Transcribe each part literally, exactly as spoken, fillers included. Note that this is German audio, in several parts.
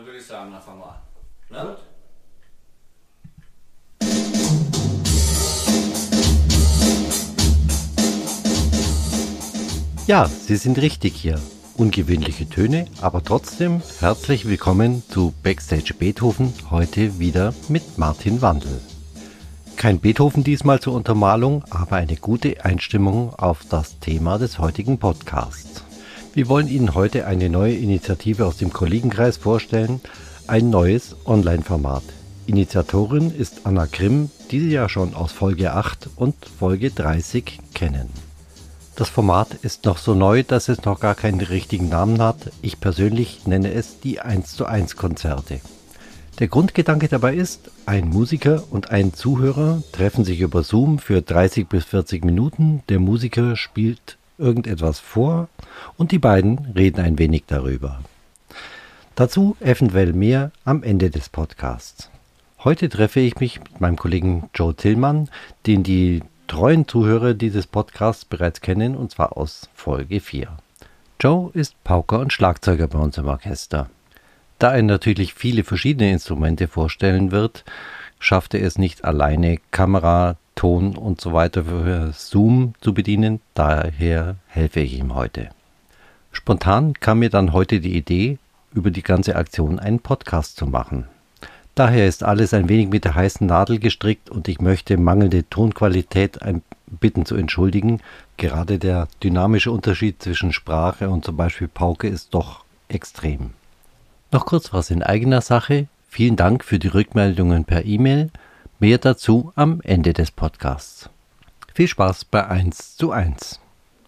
würde ich sagen, dann fangen wir an. Na? Gut. Ja, Sie sind richtig hier. Ungewöhnliche Töne, aber trotzdem herzlich willkommen zu Backstage Beethoven, heute wieder mit Martin Wandl. Kein Beethoven diesmal zur Untermalung, aber eine gute Einstimmung auf das Thema des heutigen Podcasts. Wir wollen Ihnen heute eine neue Initiative aus dem Kollegenkreis vorstellen, ein neues Online-Format. Initiatorin ist Anna Grimm, die Sie ja schon aus Folge acht und Folge dreißig kennen. Das Format ist noch so neu, dass es noch gar keinen richtigen Namen hat. Ich persönlich nenne es die eins zu eins Konzerte. Der Grundgedanke dabei ist, ein Musiker und ein Zuhörer treffen sich über Zoom für dreißig bis vierzig Minuten. Der Musiker spielt irgendetwas vor und die beiden reden ein wenig darüber. Dazu eventuell mehr am Ende des Podcasts. Heute treffe ich mich mit meinem Kollegen Joe Tillmann, den die treuen Zuhörer dieses Podcasts bereits kennen, und zwar aus Folge vier. Joe ist Pauker und Schlagzeuger bei uns im Orchester. Da er natürlich viele verschiedene Instrumente vorstellen wird, schafft er es nicht alleine, Kamera, Ton und so weiter für Zoom zu bedienen, daher helfe ich ihm heute. Spontan kam mir dann heute die Idee, über die ganze Aktion einen Podcast zu machen. Daher ist alles ein wenig mit der heißen Nadel gestrickt und ich möchte mangelnde Tonqualität ein bitten zu entschuldigen. Gerade der dynamische Unterschied zwischen Sprache und zum Beispiel Pauke ist doch extrem. Noch kurz was in eigener Sache. Vielen Dank für die Rückmeldungen per E-Mail. Mehr dazu am Ende des Podcasts. Viel Spaß bei eins zu eins.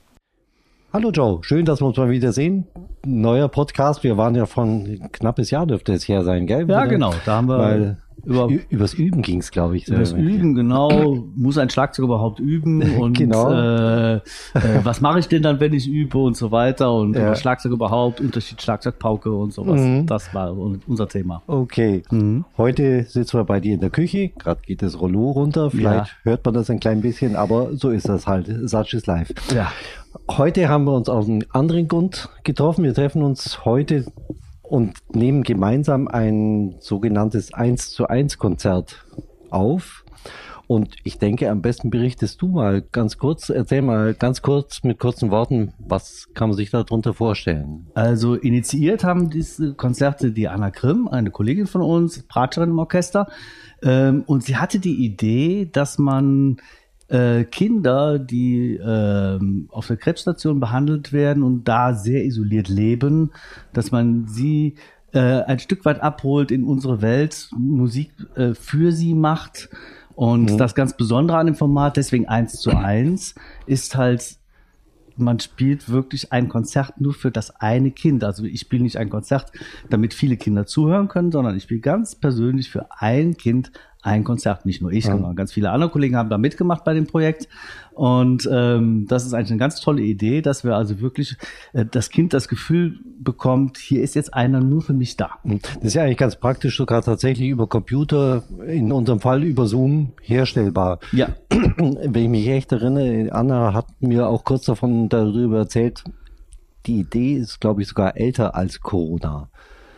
Hallo Joe, schön, dass wir uns mal wieder sehen. Neuer Podcast, wir waren ja von ein knappes Jahr dürfte es her sein, gell? Ja, genau, da haben wir Weil über, übers Üben ging es, glaube ich. Übers Üben, genau. Muss ein Schlagzeug überhaupt üben und genau. äh, äh, was mache ich denn dann, wenn ich übe und so weiter und ja. über Schlagzeug überhaupt, Unterschied Schlagzeug, Pauke und sowas. Mhm. Das war unser Thema. Okay, Mhm. Heute sitzen wir bei dir in der Küche, gerade geht das Rollo runter, vielleicht Ja. hört man das ein klein bisschen, aber so ist das halt, such is life. Ja. Heute haben wir uns aus einem anderen Grund getroffen. Wir treffen uns heute und nehmen gemeinsam ein sogenanntes eins zu eins Konzert auf. Und ich denke, am besten berichtest du mal ganz kurz, erzähl mal ganz kurz mit kurzen Worten, was kann man sich darunter vorstellen? Also initiiert haben diese Konzerte die Anna Grimm, eine Kollegin von uns, Bratscherin im Orchester. Ähm, und sie hatte die Idee, dass man Äh, Kinder, die äh, auf der Krebsstation behandelt werden und da sehr isoliert leben, dass man sie äh, ein Stück weit abholt in unsere Welt, Musik äh, für sie macht. Und Mhm. das ganz Besondere an dem Format, deswegen eins zu eins, ist halt, man spielt wirklich ein Konzert nur für das eine Kind. Also ich spiele nicht ein Konzert, damit viele Kinder zuhören können, sondern ich spiele ganz persönlich für ein Kind ein Konzert. Nicht nur ich, Ja. sondern ganz viele andere Kollegen haben da mitgemacht bei dem Projekt. Und ähm, das ist eigentlich eine ganz tolle Idee, dass wir also wirklich äh, das Kind das Gefühl bekommt, hier ist jetzt einer nur für mich da. Das ist ja eigentlich ganz praktisch, sogar tatsächlich über Computer, in unserem Fall über Zoom, herstellbar. Ja. Wenn ich mich recht erinnere, Anna hat mir auch kurz davon darüber erzählt, die Idee ist, glaube ich, sogar älter als Corona.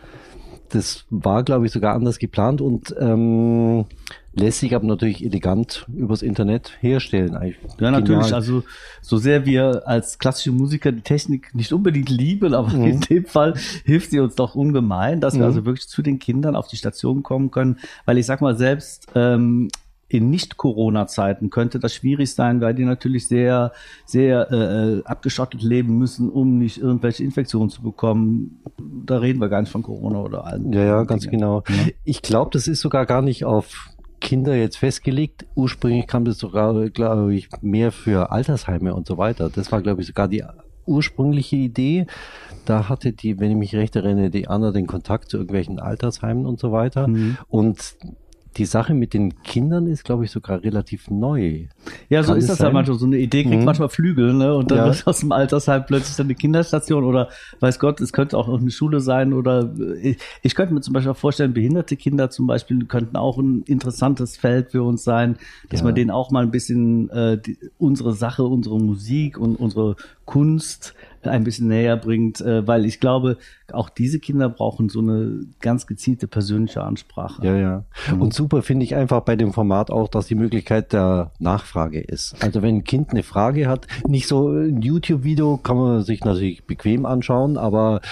Das war, glaube ich, sogar anders geplant und ähm, lässt sich aber natürlich elegant übers Internet herstellen. Eigentlich Ja, natürlich. genial. Also so sehr wir als klassische Musiker die Technik nicht unbedingt lieben, aber Mhm. in dem Fall hilft sie uns doch ungemein, dass wir Mhm. also wirklich zu den Kindern auf die Station kommen können. Weil ich sag mal, selbst ähm, in Nicht-Corona-Zeiten könnte das schwierig sein, weil die natürlich sehr, sehr äh, abgeschottet leben müssen, um nicht irgendwelche Infektionen zu bekommen. Da reden wir gar nicht von Corona oder allem. Ja, ja, ganz genau. Ja. Ich glaube, das ist sogar gar nicht auf Kinder jetzt festgelegt. Ursprünglich kam das sogar, glaube ich, mehr für Altersheime und so weiter. Das war, glaube ich, sogar die ursprüngliche Idee. Da hatte die, wenn ich mich recht erinnere, die Anna den Kontakt zu irgendwelchen Altersheimen und so weiter. Mhm. Und die Sache mit den Kindern ist, glaube ich, sogar relativ neu. Ja, so Kann ist es das ja sein? manchmal. So eine Idee kriegt Mhm. manchmal Flügel, ne? Und dann Ja. wird aus dem Altersheim plötzlich dann eine Kinderstation oder weiß Gott, es könnte auch noch eine Schule sein oder ich, ich könnte mir zum Beispiel auch vorstellen, behinderte Kinder zum Beispiel könnten auch ein interessantes Feld für uns sein, dass Ja. man denen auch mal ein bisschen äh, die, unsere Sache, unsere Musik und unsere Kunst ein bisschen näher bringt, äh, weil ich glaube, auch diese Kinder brauchen so eine ganz gezielte persönliche Ansprache. Ja, ja. Mhm. Und super finde ich einfach bei dem Format auch, dass die Möglichkeit der Nachfrage ist. Also wenn ein Kind eine Frage hat, nicht so ein YouTube-Video kann man sich natürlich bequem anschauen, aber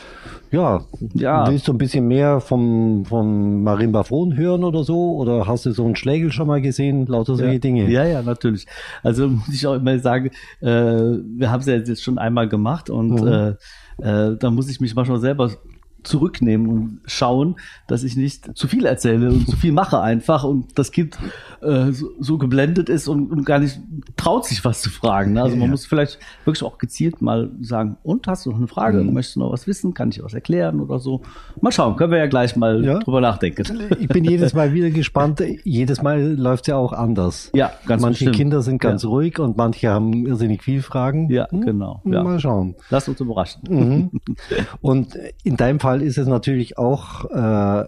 ja, Ja. willst du ein bisschen mehr vom, vom Marimbaphon hören oder so? Oder hast du so einen Schlägel schon mal gesehen? Lauter solche ja. Dinge. Ja, ja, natürlich. Also muss ich auch immer sagen, äh, wir haben es ja jetzt schon einmal gemacht und Mhm. äh, äh, da muss ich mich manchmal selber zurücknehmen und schauen, dass ich nicht zu viel erzähle und zu viel mache einfach und das Kind äh, so, so geblendet ist und, und gar nicht traut sich was zu fragen. Ne? Also man Ja. muss vielleicht wirklich auch gezielt mal sagen, und hast du noch eine Frage? Mhm. Möchtest du noch was wissen? Kann ich dir was erklären oder so? Mal schauen, können wir ja gleich mal Ja. drüber nachdenken. Ich bin jedes Mal wieder gespannt. Jedes Mal läuft es ja auch anders. Ja, ganz Manche bestimmt. Kinder sind ganz Ja. ruhig und manche haben irrsinnig viel Fragen. Ja, Hm? genau. Ja. Mal schauen. Lass uns überraschen. Mhm. Und in deinem Fall ist es natürlich auch äh,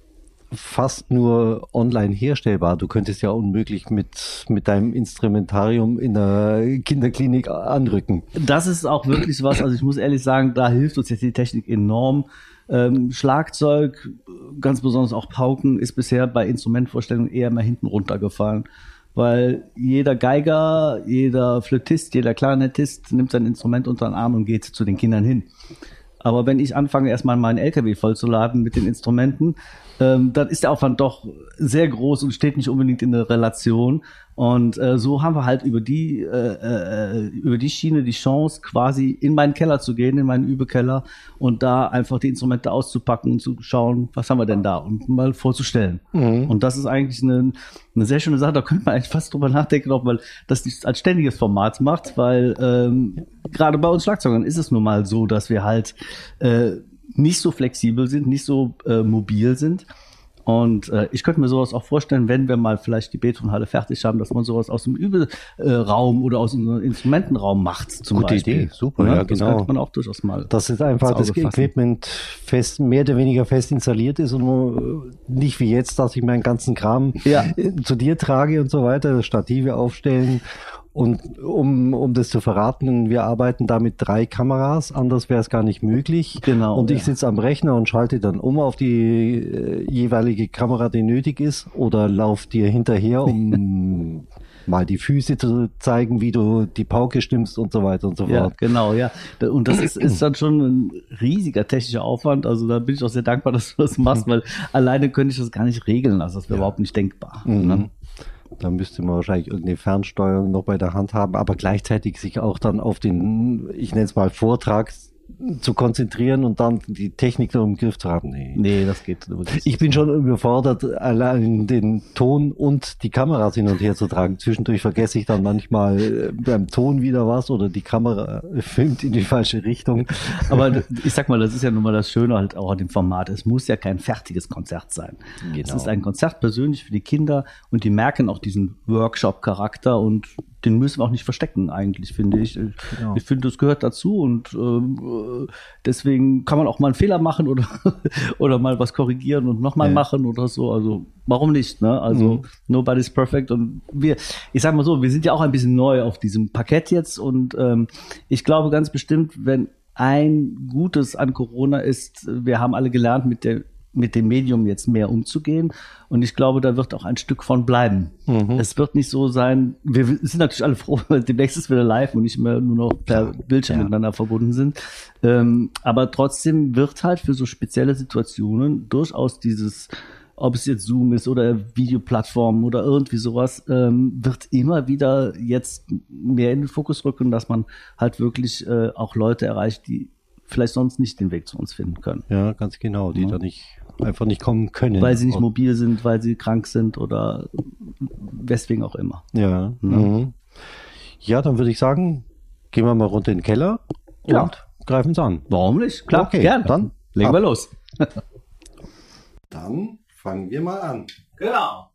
fast nur online herstellbar. Du könntest ja unmöglich mit, mit deinem Instrumentarium in der Kinderklinik anrücken. Das ist auch wirklich was, also ich muss ehrlich sagen, da hilft uns jetzt die Technik enorm. Ähm, Schlagzeug, ganz besonders auch Pauken, ist bisher bei Instrumentvorstellungen eher mal hinten runtergefallen. Weil jeder Geiger, jeder Flötist, jeder Klarinettist nimmt sein Instrument unter den Arm und geht zu den Kindern hin. Aber wenn ich anfange, erstmal meinen L K W vollzuladen mit den Instrumenten, ähm, dann ist der Aufwand doch sehr groß und steht nicht unbedingt in der Relation. Und äh, so haben wir halt über die äh, äh, über die Schiene die Chance, quasi in meinen Keller zu gehen, in meinen Übekeller und da einfach die Instrumente auszupacken und zu schauen, was haben wir denn da und mal vorzustellen. Mhm. Und das ist eigentlich eine, eine sehr schöne Sache. Da könnte man eigentlich fast drüber nachdenken, ob man das nicht als ständiges Format macht, weil ähm, gerade bei uns Schlagzeugern ist es nun mal so, dass wir halt äh, nicht so flexibel sind, nicht so äh, mobil sind. Und äh, ich könnte mir sowas auch vorstellen, wenn wir mal vielleicht die Beethovenhalle fertig haben, dass man sowas aus dem Überaum oder aus dem Instrumentenraum macht zum Gute Beispiel. Idee, super, ja, das genau. könnte man auch durchaus mal. Dass es einfach ins das Auge fassen. Equipment fest, mehr oder weniger fest installiert ist und nur nicht wie jetzt, dass ich meinen ganzen Kram Ja. äh, zu dir trage und so weiter, Stative aufstellen. Und um, um das zu verraten, wir arbeiten da mit drei Kameras, anders wäre es gar nicht möglich. Genau, Und ich ja. sitze am Rechner und schalte dann um auf die äh, jeweilige Kamera, die nötig ist, oder lauf dir hinterher, um mal die Füße zu zeigen, wie du die Pauke stimmst und so weiter und so Ja, fort. genau, ja. Da- Und das ist, ist dann schon ein riesiger technischer Aufwand. Also da bin ich auch sehr dankbar, dass du das machst, weil alleine könnte ich das gar nicht regeln. Also das wäre überhaupt nicht denkbar. Mhm. Ne? Da müsste man wahrscheinlich irgendeine Fernsteuerung noch bei der Hand haben, aber gleichzeitig sich auch dann auf den, ich nenne es mal Vortrag, zu konzentrieren und dann die Technik noch im Griff zu haben. Nee. Nee, das geht wirklich. Ich bin schon überfordert, allein den Ton und die Kameras hin und her zu tragen. Zwischendurch vergesse ich dann manchmal äh, beim Ton wieder was oder die Kamera filmt in die falsche Richtung. Aber ich sag mal, das ist ja nun mal das Schöne halt auch an dem Format. Es muss ja kein fertiges Konzert sein. Genau. Es ist ein Konzert persönlich für die Kinder und die merken auch diesen Workshop-Charakter und den müssen wir auch nicht verstecken eigentlich, finde ich. Genau. Ich finde, das gehört dazu und ähm, deswegen kann man auch mal einen Fehler machen oder oder mal was korrigieren und nochmal Ja. machen oder so. Also warum nicht? Ne? Also Mhm. nobody's perfect und wir, ich sag mal so, wir sind ja auch ein bisschen neu auf diesem Parkett jetzt und ähm, ich glaube ganz bestimmt, wenn ein Gutes an Corona ist, wir haben alle gelernt, mit der mit dem Medium jetzt mehr umzugehen. Und ich glaube, da wird auch ein Stück von bleiben. Mhm. Es wird nicht so sein, wir sind natürlich alle froh, demnächst ist wieder live und nicht mehr nur noch per Bildschirm Ja. miteinander verbunden sind. Ähm, aber trotzdem wird halt für so spezielle Situationen durchaus dieses, ob es jetzt Zoom ist oder Videoplattformen oder irgendwie sowas, ähm, wird immer wieder jetzt mehr in den Fokus rücken, dass man halt wirklich äh, auch Leute erreicht, die vielleicht sonst nicht den Weg zu uns finden können. Ja, ganz genau, die Ja. da nicht einfach nicht kommen können. Weil sie nicht Und- mobil sind, weil sie krank sind oder weswegen auch immer. Ja. Mhm. Ja, dann würde ich sagen, gehen wir mal runter in den Keller Ja. und greifen es an. Warum nicht? Klar, Okay, gerne. dann legen ab. wir los. Dann fangen wir mal an. Genau.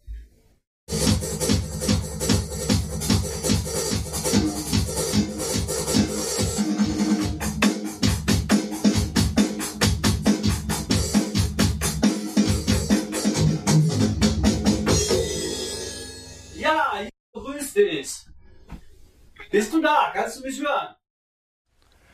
Ja, grüß dich. Bist du da? Kannst du mich hören?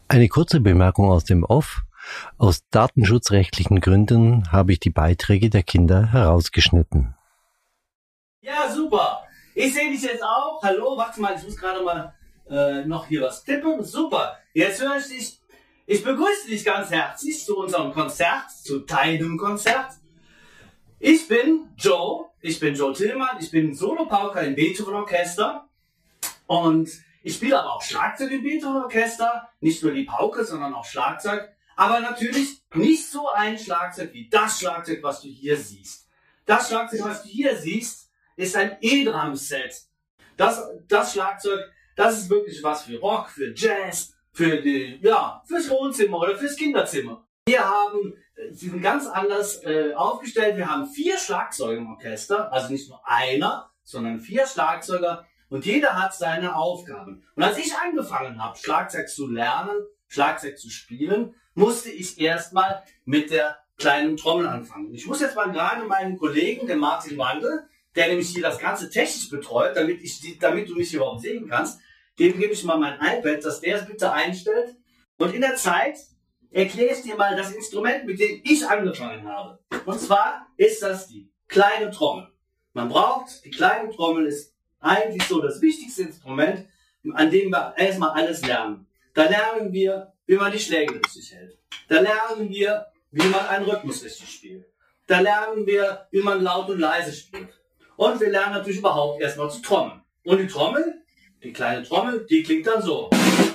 Eine kurze Bemerkung aus dem Off. Aus datenschutzrechtlichen Gründen habe ich die Beiträge der Kinder herausgeschnitten. Ja, super. Ich sehe dich jetzt auch. Hallo, warte mal, ich muss gerade mal äh, noch hier was tippen. Super. Jetzt höre ich dich. Ich begrüße dich ganz herzlich zu unserem Konzert, zu deinem Konzert. Ich bin Joe. Ich bin Joe Tillmann. Ich bin Solopauker im Beethoven-Orchester. Und ich spiele aber auch Schlagzeug im Beethoven-Orchester. Nicht nur die Pauke, sondern auch Schlagzeug. Aber natürlich nicht so ein Schlagzeug wie das Schlagzeug, was du hier siehst. Das Schlagzeug, was du hier siehst, ist ein E-Drum-Set. Das, das Schlagzeug, das ist wirklich was für Rock, für Jazz, für die, ja, fürs Wohnzimmer oder fürs Kinderzimmer. Wir haben, sie sind ganz anders äh, aufgestellt. Wir haben vier Schlagzeuger im Orchester, also nicht nur einer, sondern vier Schlagzeuger und jeder hat seine Aufgaben. Und als ich angefangen habe, Schlagzeug zu lernen, Schlagzeug zu spielen, musste ich erstmal mit der kleinen Trommel anfangen. Ich muss jetzt mal gerade meinen Kollegen, den Martin Wandel, der nämlich hier das Ganze technisch betreut, damit, ich, damit du mich überhaupt sehen kannst, dem gebe ich mal mein iPad, dass der es bitte einstellt. Und in der Zeit erkläre ich dir mal das Instrument, mit dem ich angefangen habe. Und zwar ist das die kleine Trommel. Man braucht, die kleine Trommel ist eigentlich so das wichtigste Instrument, an dem wir erstmal alles lernen. Da lernen wir, wie man die Schläge richtig hält. Da lernen wir, wie man einen Rhythmus richtig spielt. Da lernen wir, wie man laut und leise spielt. Und wir lernen natürlich überhaupt erstmal zu trommeln. Und die Trommel, die kleine Trommel, die klingt dann so.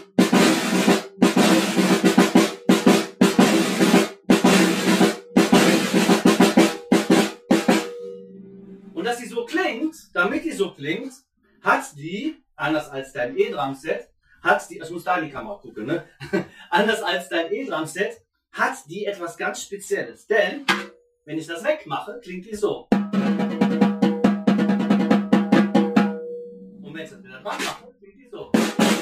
Und dass sie so klingt, damit die so klingt, hat die, anders als dein E-Drum-Set, hat die, ich muss da in die Kamera gucken, ne? Anders als dein E-Drum-Set, hat die etwas ganz Spezielles. Denn, wenn ich das wegmache, klingt die so. Und wenn ich das wieder dran mache, klingt die so.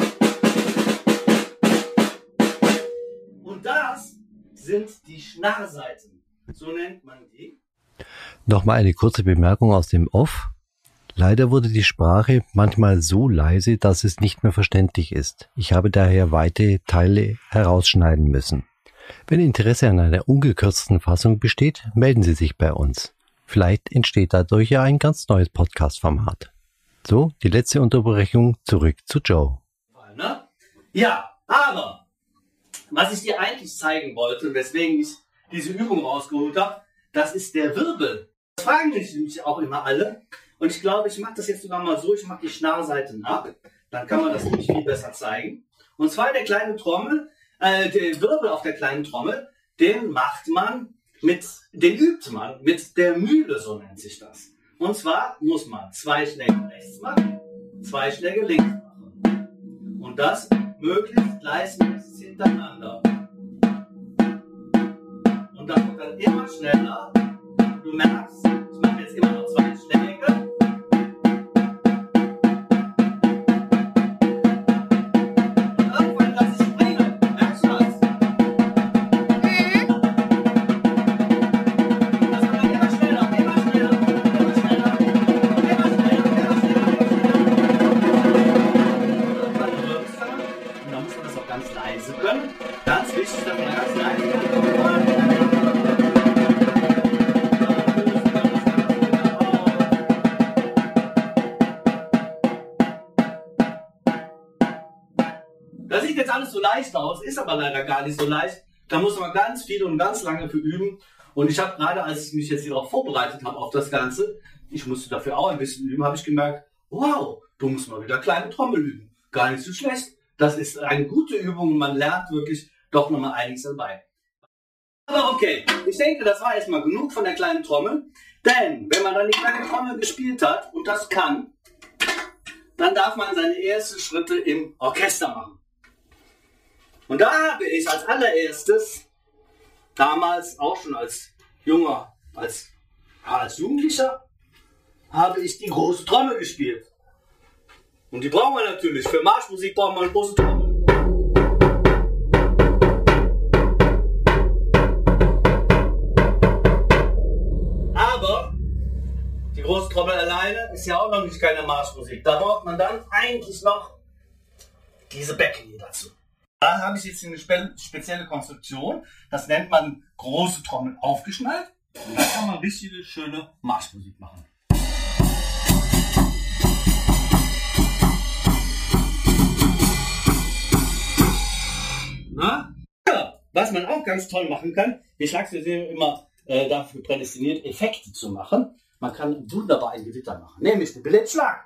Und das sind die Schnarrsaiten. So nennt man die. Nochmal eine kurze Bemerkung aus dem Off. Leider wurde die Sprache manchmal so leise, dass es nicht mehr verständlich ist. Ich habe daher weite Teile herausschneiden müssen. Wenn Interesse an einer ungekürzten Fassung besteht, melden Sie sich bei uns. Vielleicht entsteht dadurch ja ein ganz neues Podcast-Format. So, die letzte Unterbrechung, zurück zu Joe. Ja, aber was ich dir eigentlich zeigen wollte und weswegen ich diese Übung rausgeholt habe, das ist der Wirbel. Das fragen mich nämlich auch immer alle. Und ich glaube, ich mache das jetzt sogar mal so, ich mache die Schnarrseite nach. Dann kann man das nämlich viel besser zeigen. Und zwar der kleine Trommel, äh, der Wirbel auf der kleinen Trommel, den macht man mit, den übt man mit der Mühle, so nennt sich das. Und zwar muss man zwei Schläge rechts machen, zwei Schläge links machen. Und das möglichst gleichmäßig hintereinander. Und das wird dann immer schneller. Du merkst, ich mache jetzt immer noch zwei Schläge. Und irgendwann lasse ich springen. Merkst du das? Das wird dann immer schneller, immer schneller, immer schneller, immer schneller, immer schneller. Und dann wirkst du. Und dann muss man das auch ganz leise können. Ganz wichtig, dass man ganz leise kann. Das sieht jetzt alles so leicht aus, ist aber leider gar nicht so leicht. Da muss man ganz viel und ganz lange für üben. Und ich habe gerade, als ich mich jetzt hier darauf vorbereitet habe, auf das Ganze, ich musste dafür auch ein bisschen üben, habe ich gemerkt, wow, du musst mal wieder kleine Trommel üben. Gar nicht so schlecht. Das ist eine gute Übung und man lernt wirklich doch nochmal einiges dabei. Aber okay, ich denke, das war erstmal genug von der kleinen Trommel. Denn wenn man dann die kleine Trommel gespielt hat und das kann, dann darf man seine ersten Schritte im Orchester machen. Und da habe ich als allererstes, damals auch schon als junger, als, als Jugendlicher, habe ich die große Trommel gespielt. Und die brauchen wir natürlich. Für Marschmusik brauchen wir eine große Trommel. Aber die große Trommel alleine ist ja auch noch nicht keine Marschmusik. Da braucht man dann eigentlich noch diese Becken hier dazu. Da habe ich jetzt eine spe spezielle Konstruktion. Das nennt man große Trommel aufgeschnallt. Und da kann man richtige, schöne Marschmusik machen. Na? Ja, was man auch ganz toll machen kann, die Schlagzeuger sind immer äh, dafür prädestiniert, Effekte zu machen. Man kann wunderbar ein Gewitter machen, nämlich den Blitzschlag.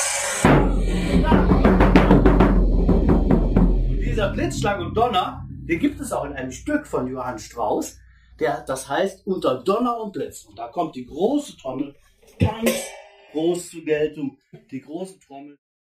Und dieser Blitzschlag und Donner, den gibt es auch in einem Stück von Johann Strauss, der, das heißt Unter Donner und Blitz. Und da kommt die große Trommel ganz groß zur Geltung. Die große Trommel.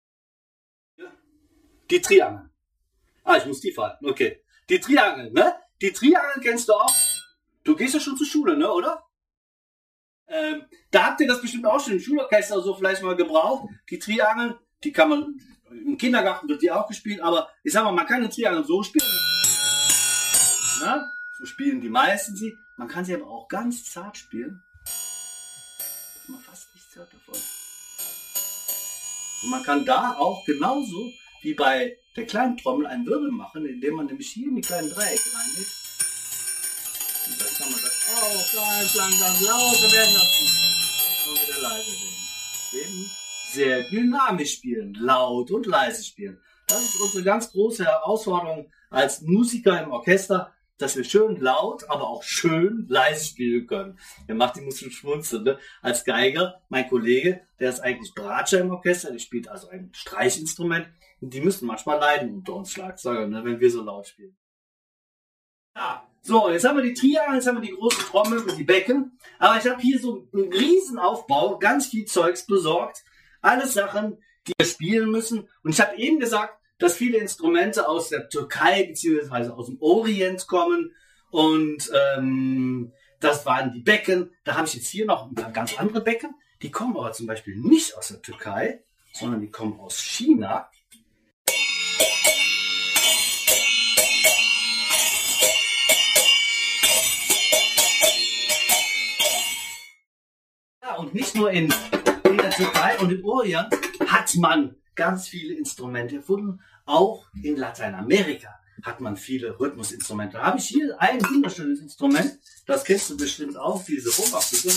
Die Triangel. Ah, ich muss die falten. Okay. Die Triangel, ne? Die Triangel kennst du auch. Du gehst ja schon zur Schule, ne, oder? Ähm, da habt ihr das bestimmt auch schon im Schulorchester so vielleicht mal gebraucht. Die Triangel, die kann man, im Kindergarten wird die auch gespielt, aber ich sag mal, man kann eine Triangel so spielen. Na? So spielen die meisten sie. Man kann sie aber auch ganz zart spielen. Dass man fast nichts hört davon. Und man kann da auch genauso wie bei der kleinen Trommel einen Wirbel machen, indem man nämlich hier in die kleinen Dreiecke reingeht. Und dann kann man das auch ganz langsam lauter werden lassen. Und wieder leise werden. Eben sehr dynamisch spielen, laut und leise spielen. Das ist unsere ganz große Herausforderung als Musiker im Orchester, dass wir schön laut, aber auch schön leise spielen können. Der macht die Musik schmunzeln. Ne? Als Geiger, mein Kollege, der ist eigentlich Bratscher im Orchester, der spielt also ein Streichinstrument. Und die müssen manchmal leiden unter uns Schlagzeuger, ne, wenn wir so laut spielen. Ja, so, jetzt haben wir die Triangel, jetzt haben wir die große Trommel und die Becken. Aber ich habe hier so einen riesen Aufbau, ganz viel Zeugs besorgt. Alles Sachen, die wir spielen müssen. Und ich habe eben gesagt, dass viele Instrumente aus der Türkei bzw. aus dem Orient kommen. Und ähm, das waren die Becken. Da habe ich jetzt hier noch ein paar ganz andere Becken. Die kommen aber zum Beispiel nicht aus der Türkei, sondern die kommen aus China. Ja, und nicht nur in, in der Türkei und im Orient hat man ganz viele Instrumente erfunden. Auch in Lateinamerika hat man viele Rhythmusinstrumente. Da habe ich hier ein wunderschönes Instrument. Das kennst du bestimmt auch, diese Rumba-Stücke.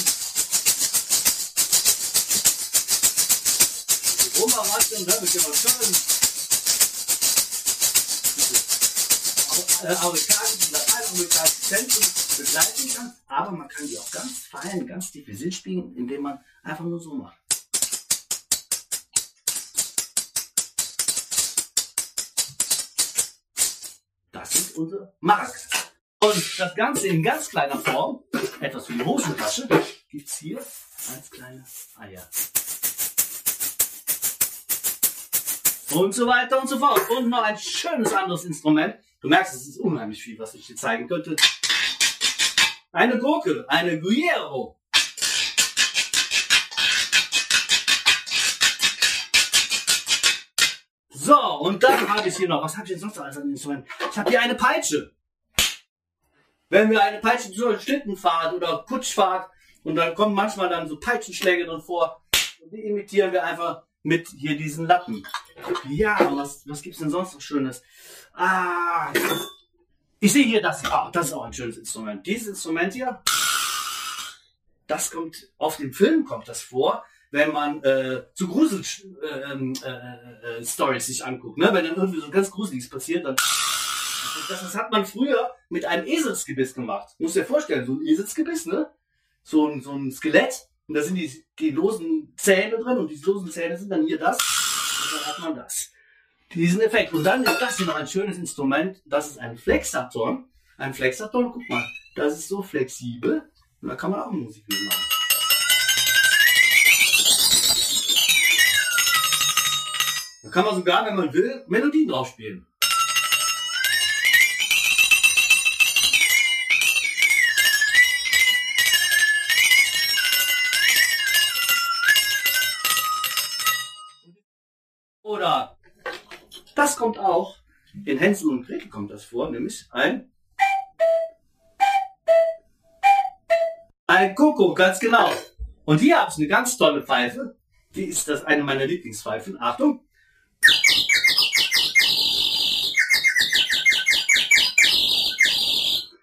Die Rumba-Raste, ne, mit dem man schön amerikanischen, lateinamerikanischen Zentren begleiten kann. Aber man kann die auch ganz fein, ganz diffizil spielen, indem man einfach nur so macht. Das sind unsere Marks. Und das Ganze in ganz kleiner Form, etwas wie eine Hosentasche, gibt es hier als kleine Eier. Und so weiter und so fort. Und noch ein schönes anderes Instrument. Du merkst, es ist unheimlich viel, was ich dir zeigen könnte. Eine Gurke, eine Guiero. So, und dann habe ich hier noch, was habe ich jetzt noch als ein Instrument? Ich habe hier eine Peitsche. Wenn wir eine Peitsche zur Schlittenfahrt oder Kutschfahrt und dann kommen manchmal dann so Peitschenschläge drin vor, und die imitieren wir einfach mit hier diesen Lappen. Ja, was, was gibt es denn sonst noch Schönes? Ah, ich sehe hier das. Ah, das ist auch ein schönes Instrument. Dieses Instrument hier, das kommt, auf dem Film kommt das vor, wenn man äh, so Grusel-Stories äh, äh, sich anguckt. Ne? Wenn dann irgendwie so ganz Gruseliges passiert, dann... Das, das hat man früher mit einem Eselsgebiss gemacht. Du musst dir vorstellen, so ein Eselsgebiss, ne? So ein, so ein Skelett. Und da sind die, die losen Zähne drin und die losen Zähne sind dann hier das. Und dann hat man das. Diesen Effekt. Und dann ist das hier noch ein schönes Instrument. Das ist ein Flexaton. Ein Flexaton, guck mal, das ist so flexibel. Und da kann man auch Musik mitmachen. Da kann man sogar, wenn man will, Melodien drauf spielen. Oder das kommt auch, in Hänsel und Gretel kommt das vor, nämlich ein ein Kuckuck, ganz genau. Und hier habe ich eine ganz tolle Pfeife. Die ist das eine meiner Lieblingspfeifen. Achtung.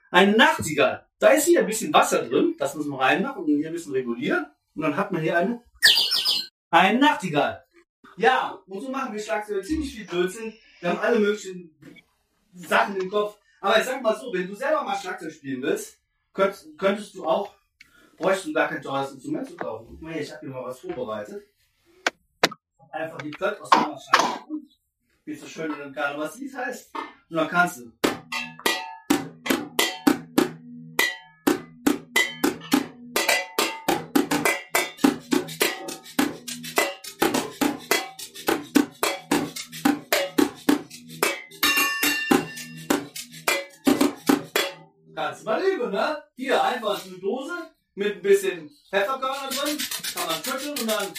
Eine Nachtigall. Da ist hier ein bisschen Wasser drin, das muss man reinmachen und hier ein bisschen regulieren. Und dann hat man hier eine, eine Nachtigall. Ja, und so machen wir Schlagzeuger ziemlich viel Blödsinn. Wir haben alle möglichen Sachen im Kopf. Aber ich sag mal so, wenn du selber mal Schlagzeug spielen willst, könntest, könntest du auch, bräuchst du gar kein teures Instrument zu kaufen. Guck mal hier, ich habe hier mal was vorbereitet. Einfach die Plötze aus meiner Scheibe. Wie es so schön in einem Karnevalslied heißt. Und dann kannst du. Kannst du mal üben, ne? Hier einfach eine Dose mit ein bisschen Pfefferkörner drin. Kann man schütteln und dann.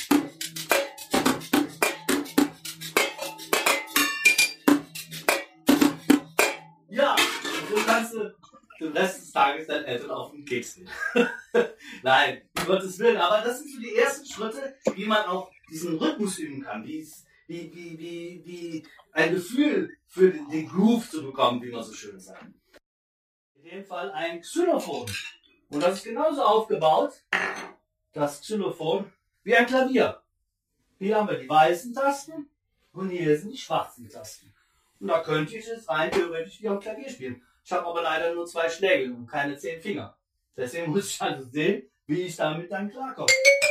Ja, und so kannst du den Rest des Tages deinen Eltern auf den Keks gehen. Nein, um Gottes Willen. Aber das sind so die ersten Schritte, wie man auch diesen Rhythmus üben kann. Wie, wie, wie, wie, wie ein Gefühl für den, den Groove zu bekommen, wie man so schön sagt. In dem Fall ein Xylophon. Und das ist genauso aufgebaut, das Xylophon, wie ein Klavier. Hier haben wir die weißen Tasten und hier sind die schwarzen Tasten. Und da könnte ich es rein theoretisch wie am Klavier spielen. Ich habe aber leider nur zwei Schläge und keine zehn Finger. Deswegen muss ich also sehen, wie ich damit dann klarkomme.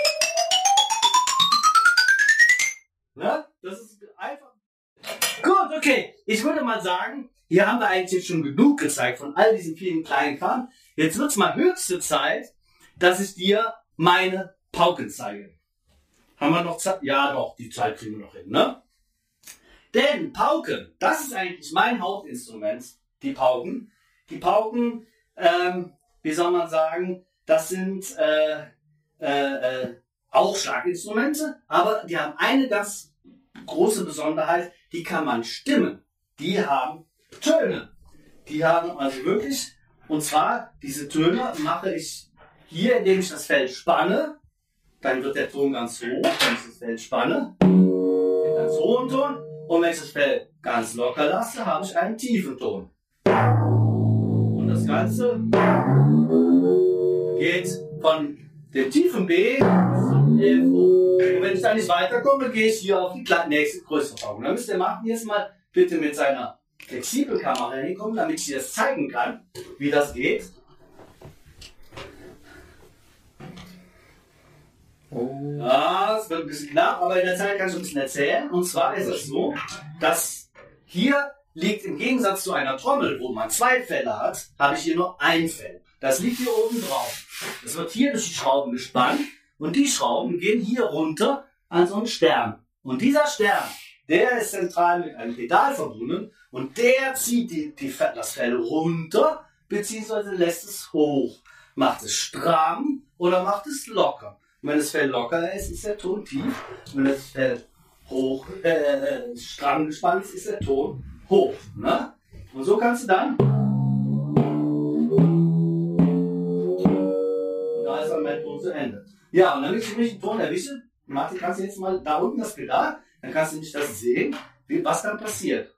Ne? Das ist einfach. Gut, okay. Ich würde mal sagen, hier haben wir eigentlich jetzt schon genug gezeigt von all diesen vielen kleinen Kram. Jetzt wird es mal höchste Zeit, dass ich dir meine Pauken zeige. Haben wir noch Zeit? Ja doch, die Zeit kriegen wir noch hin, ne? Denn Pauken, das ist eigentlich mein Hauptinstrument, die Pauken. Die Pauken, ähm, wie soll man sagen, das sind äh, äh, äh, auch Schlaginstrumente, aber die haben eine ganz große Besonderheit, die kann man stimmen. Die haben Töne. Die haben also wirklich, und zwar diese Töne mache ich hier, indem ich das Fell spanne, dann wird der Ton ganz hoch, wenn ich das Fell spanne, einen ganz hohen Ton, und wenn ich das Fell ganz locker lasse, habe ich einen tiefen Ton. Und das Ganze geht von dem tiefen B zum F hoch. Und wenn ich da nicht weiterkomme, gehe ich hier auf die nächste größere Pauke. Dann müsst ihr Martin jetzt mal bitte mit seiner Flexibelkamera hinkommen, damit ich dir das zeigen kann, wie das geht. Oh. Ja, es wird ein bisschen knapp, aber in der Zeit kann ich ein bisschen erzählen. Und zwar ist es so, dass hier liegt im Gegensatz zu einer Trommel, wo man zwei Felle hat, habe ich hier nur ein Fell. Das liegt hier oben drauf. Das wird hier durch die Schrauben gespannt und die Schrauben gehen hier runter an so einen Stern. Und dieser Stern, der ist zentral mit einem Pedal verbunden und der zieht die, die, das Fell runter beziehungsweise lässt es hoch. Macht es stramm oder macht es locker. Und wenn das Fell locker ist, ist der Ton tief. Und wenn das Fell hoch, äh, stramm gespannt ist, ist der Ton hoch. Ne? Und so kannst du dann. Und da ist dann mein Ton zu Ende. Ja, und damit ich den richtigen Ton erwische, Martin, kannst du jetzt mal da unten das Pedal, dann kannst du nicht das sehen, wie, was dann passiert.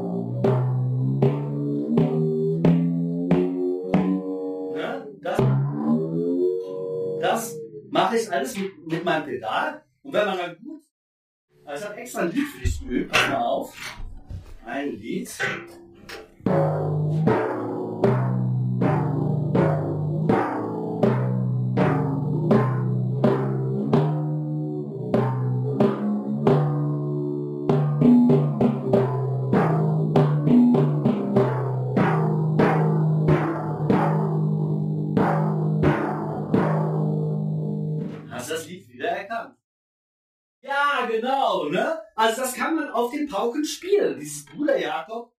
Ja, das, das mache ich alles mit, mit meinem Pedal. Und wenn man dann gut. Also ich habe extra ein Lied für dich geübt. Pass mal auf. Ein Lied. Hast du das Lied wieder erkannt? Ja, genau, ne? Also das kann man auf den Pauken spielen, dieses Bruder Jakob.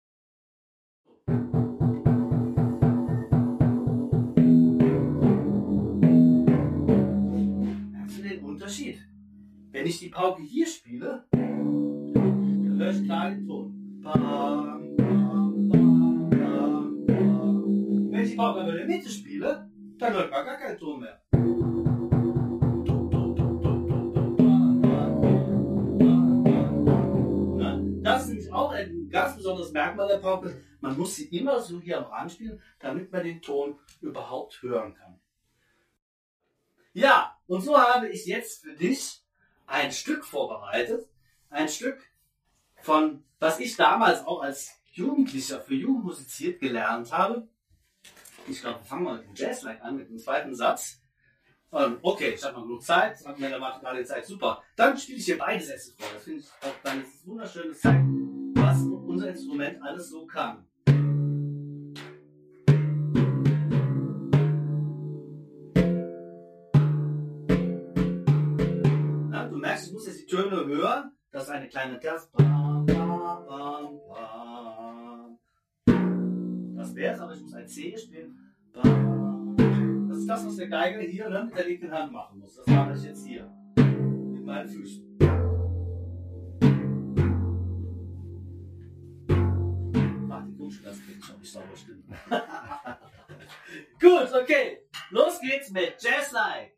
Merkst du den Unterschied? Wenn ich die Pauke hier spiele, dann höre ich klar den Ton. Bam, bam, bam, bam, bam. Wenn ich die Pauke aber in der Mitte spiele, dann hört man gar keinen Ton mehr. Das ist nämlich auch ein ganz besonderes Merkmal der Pauke. man muss sie immer so hier am Rand spielen, damit man den Ton überhaupt hören kann. Ja, und so habe ich jetzt für dich ein Stück vorbereitet. Ein Stück von, was ich damals auch als Jugendlicher für Jugend musiziert gelernt habe. Ich glaube, wir fangen mal mit dem Jazz-like an, mit dem zweiten Satz. Ähm, okay, ich habe noch genug Zeit, hat mir in der Mathe gerade Zeit, super. Dann spiele ich hier beide Sätze vor. Das finde ich auch dann ist wunderschön, das zeigt, was unser Instrument alles so kann. Na, du merkst, ich muss jetzt die Töne hören. Das ist eine kleine Terz. Das wäre es, aber ich muss ein C spielen. Das ist das, was der Geiger hier ne, mit der linken Hand machen muss. Das mache ich jetzt hier. Mit meinen Füßen. Mach die Dusche, das klingt schon nicht sauber stimmen. Gut, okay. Los geht's mit Jazz-like.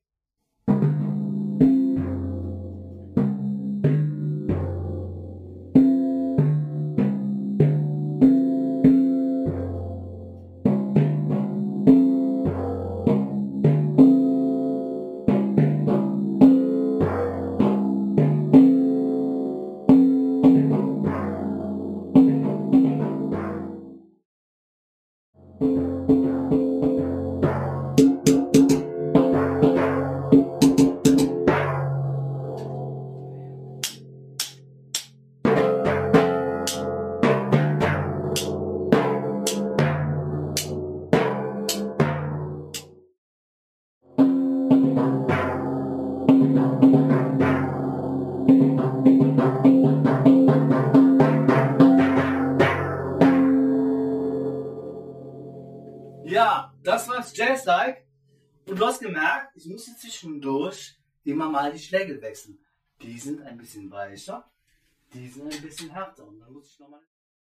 Ja, das war's Jazz-like. Und du hast gemerkt, ich muss jetzt zwischendurch immer mal die Schläge wechseln. Die sind ein bisschen weicher, die sind ein bisschen härter. Und dann muss ich nochmal.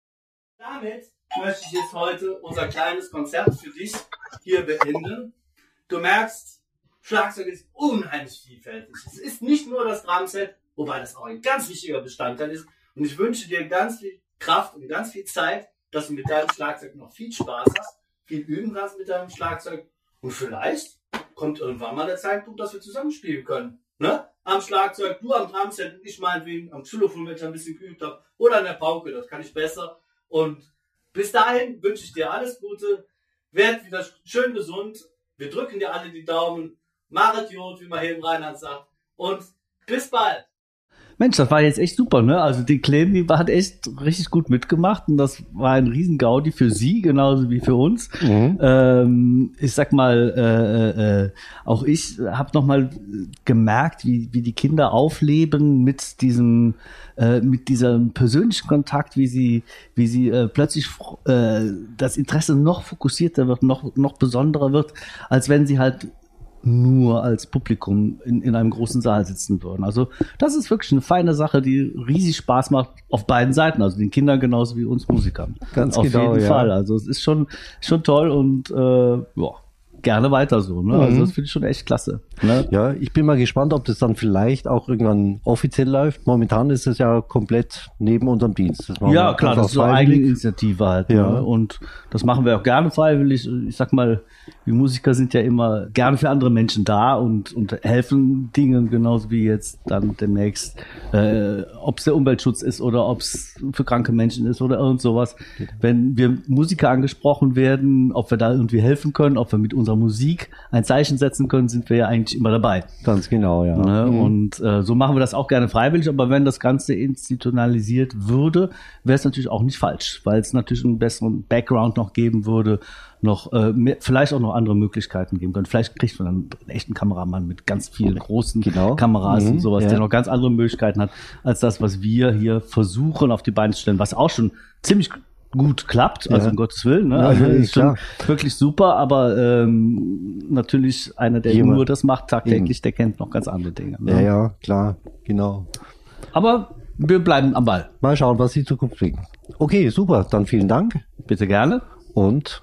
Damit möchte ich jetzt heute unser kleines Konzert für dich hier beenden. Du merkst, Schlagzeug ist unheimlich vielfältig. Es ist nicht nur das Drumset, wobei das auch ein ganz wichtiger Bestandteil ist. Und ich wünsche dir ganz viel Kraft und ganz viel Zeit, dass du mit deinem Schlagzeug noch viel Spaß hast, viel üben kannst mit deinem Schlagzeug. Und vielleicht kommt irgendwann mal der Zeitpunkt, dass wir zusammen spielen können. Ne? Am Schlagzeug, du am Drumset und ich meinetwegen am Xylophon, wenn ich ein bisschen geübt habe. Oder an der Pauke, das kann ich besser. Und bis dahin wünsche ich dir alles Gute. Werd wieder schön gesund. Wir drücken dir alle die Daumen. Machet Jod, wie man hier im Rheinland sagt. Und bis bald. Mensch, das war jetzt echt super, ne? Also die Clem, die hat echt richtig gut mitgemacht und das war ein riesen Gaudi für sie, genauso wie für uns. Mhm. Ähm, ich sag mal, äh, äh, auch ich habe nochmal gemerkt, wie, wie die Kinder aufleben mit diesem, äh, mit diesem persönlichen Kontakt, wie sie, wie sie äh, plötzlich äh, das Interesse noch fokussierter wird, noch, noch besonderer wird, als wenn sie halt nur als Publikum in, in einem großen Saal sitzen würden. Also das ist wirklich eine feine Sache, die riesig Spaß macht auf beiden Seiten, also den Kindern genauso wie uns Musikern. Ganz auf genau, jeden ja. Fall. Also es ist schon schon toll und äh, ja, gerne weiter so. Ne? Mhm. Also das finde ich schon echt klasse. Ne? Ja, ich bin mal gespannt, ob das dann vielleicht auch irgendwann offiziell läuft. Momentan ist es ja komplett neben unserem Dienst. Das Ja, klar, das ist so eine eigene Initiative halt. Ja. Ne? Und das machen wir auch gerne freiwillig. Ich sag mal, wir Musiker sind ja immer gerne für andere Menschen da und, und helfen Dingen, genauso wie jetzt dann demnächst, äh, ob es der Umweltschutz ist oder ob es für kranke Menschen ist oder irgend sowas. Wenn wir Musiker angesprochen werden, ob wir da irgendwie helfen können, ob wir mit unserer Musik ein Zeichen setzen können, sind wir ja eigentlich immer dabei. Ganz genau, ja. Ne? Mhm. Und äh, so machen wir das auch gerne freiwillig, aber wenn das Ganze institutionalisiert würde, wäre es natürlich auch nicht falsch, weil es natürlich einen besseren Background noch geben würde, noch äh, mehr, vielleicht auch noch andere Möglichkeiten geben können. Vielleicht kriegt man dann einen echten Kameramann mit ganz vielen großen genau. Kameras mhm, und sowas, ja. der noch ganz andere Möglichkeiten hat, als das, was wir hier versuchen auf die Beine zu stellen, was auch schon ziemlich gut klappt, also ja. um Gottes Willen. Ne? Ja, Also ja, ist schon klar. wirklich super, aber ähm, natürlich einer, der Jemand. nur das macht tagtäglich, der kennt noch ganz andere Dinge. Ne? Ja, ja, klar, genau. Aber wir bleiben am Ball. Mal schauen, was die Zukunft bringt. Okay, super, dann vielen Dank Bitte gerne. und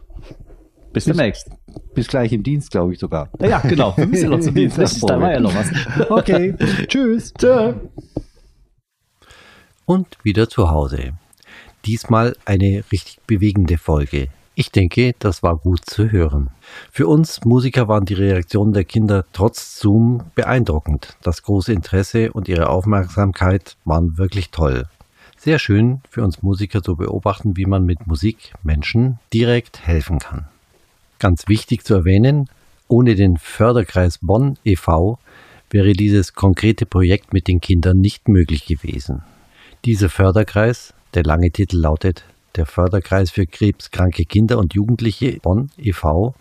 Bis demnächst. bis gleich im Dienst, glaube ich sogar. Ja, genau. Wir müssen ja noch zum Dienst. Richtig, da war ja noch was. Okay, tschüss. Tschö. Und wieder zu Hause. Diesmal eine richtig bewegende Folge. Ich denke, das war gut zu hören. Für uns Musiker waren die Reaktionen der Kinder trotz Zoom beeindruckend. Das große Interesse und ihre Aufmerksamkeit waren wirklich toll. Sehr schön für uns Musiker zu beobachten, wie man mit Musik Menschen direkt helfen kann. Ganz wichtig zu erwähnen, ohne den Förderkreis Bonn e V wäre dieses konkrete Projekt mit den Kindern nicht möglich gewesen. Dieser Förderkreis, der lange Titel lautet der Förderkreis für krebskranke Kinder und Jugendliche Bonn e V,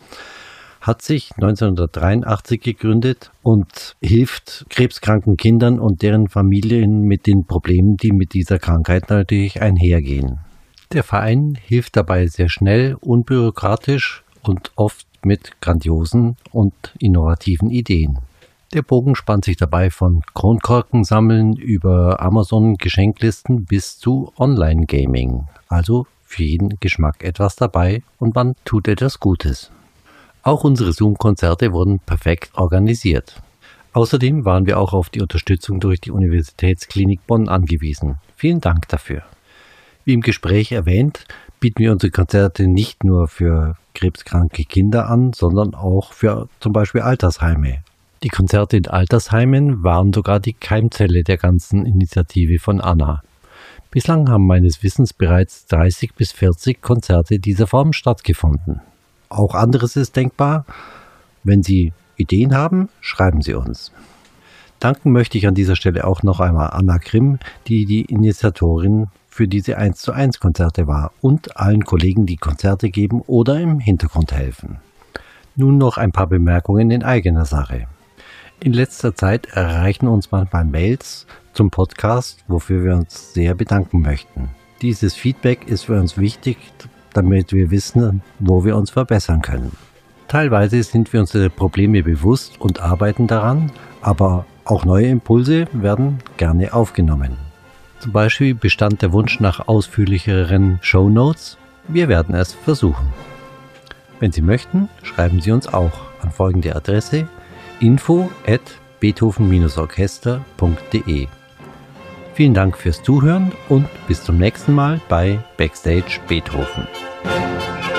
hat sich neunzehnhundertdreiundachtzig gegründet und hilft krebskranken Kindern und deren Familien mit den Problemen, die mit dieser Krankheit natürlich einhergehen. Der Verein hilft dabei sehr schnell, unbürokratisch und oft mit grandiosen und innovativen Ideen. Der Bogen spannt sich dabei von Kronkorken sammeln über Amazon-Geschenklisten bis zu Online-Gaming. Also für jeden Geschmack etwas dabei und man tut etwas Gutes. Auch unsere Zoom-Konzerte wurden perfekt organisiert. Außerdem waren wir auch auf die Unterstützung durch die Universitätsklinik Bonn angewiesen. Vielen Dank dafür. Wie im Gespräch erwähnt, bieten wir unsere Konzerte nicht nur für krebskranke Kinder an, sondern auch für zum Beispiel Altersheime. Die Konzerte in Altersheimen waren sogar die Keimzelle der ganzen Initiative von Anna. Bislang haben meines Wissens bereits dreißig bis vierzig Konzerte dieser Form stattgefunden. Auch anderes ist denkbar. Wenn Sie Ideen haben, schreiben Sie uns. Danken möchte ich an dieser Stelle auch noch einmal Anna Grimm, die die Initiatorin für diese eins zu eins Konzerte war und allen Kollegen, die Konzerte geben oder im Hintergrund helfen. Nun noch ein paar Bemerkungen in eigener Sache. In letzter Zeit erreichen uns manchmal Mails zum Podcast, wofür wir uns sehr bedanken möchten. Dieses Feedback ist für uns wichtig, damit wir wissen, wo wir uns verbessern können. Teilweise sind wir uns der Probleme bewusst und arbeiten daran, aber auch neue Impulse werden gerne aufgenommen. Zum Beispiel bestand der Wunsch nach ausführlicheren Shownotes. Wir werden es versuchen. Wenn Sie möchten, schreiben Sie uns auch an folgende Adresse: info at beethoven orchester punkt de. Vielen Dank fürs Zuhören und bis zum nächsten Mal bei Backstage Beethoven.